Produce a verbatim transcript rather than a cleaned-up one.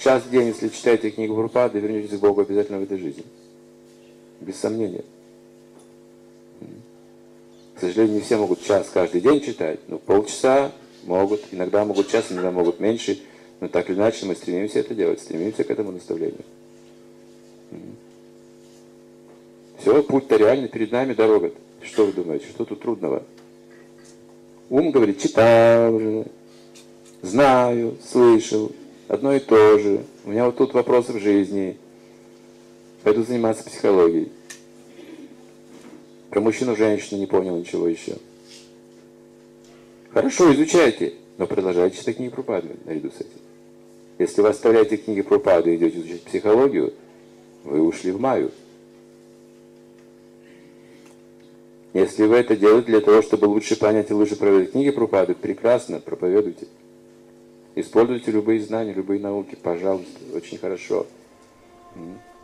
час в день, если читаете книгу Прабхупады, вернетесь к Богу обязательно в этой жизни. Без сомнения. К сожалению, не все могут час каждый день читать, но полчаса могут, иногда могут час, иногда могут меньше, но так или иначе мы стремимся это делать, стремимся к этому наставлению. Все, путь-то реальный, перед нами дорога. Что вы думаете, что тут трудного? Ум говорит, читал уже, знаю, слышал, одно и то же. У меня вот тут вопросы в жизни. Пойду заниматься психологией. Про мужчину-женщину не понял ничего еще. Хорошо, изучайте, но продолжайте читать книги Прабхупады наряду с этим. Если вы оставляете книги Прабхупады и идете изучать психологию, вы ушли в Майю. Если вы это делаете для того, чтобы лучше понять и лучше проверить книги Прабхупады, прекрасно, проповедуйте. Используйте любые знания, любые науки, пожалуйста, очень хорошо.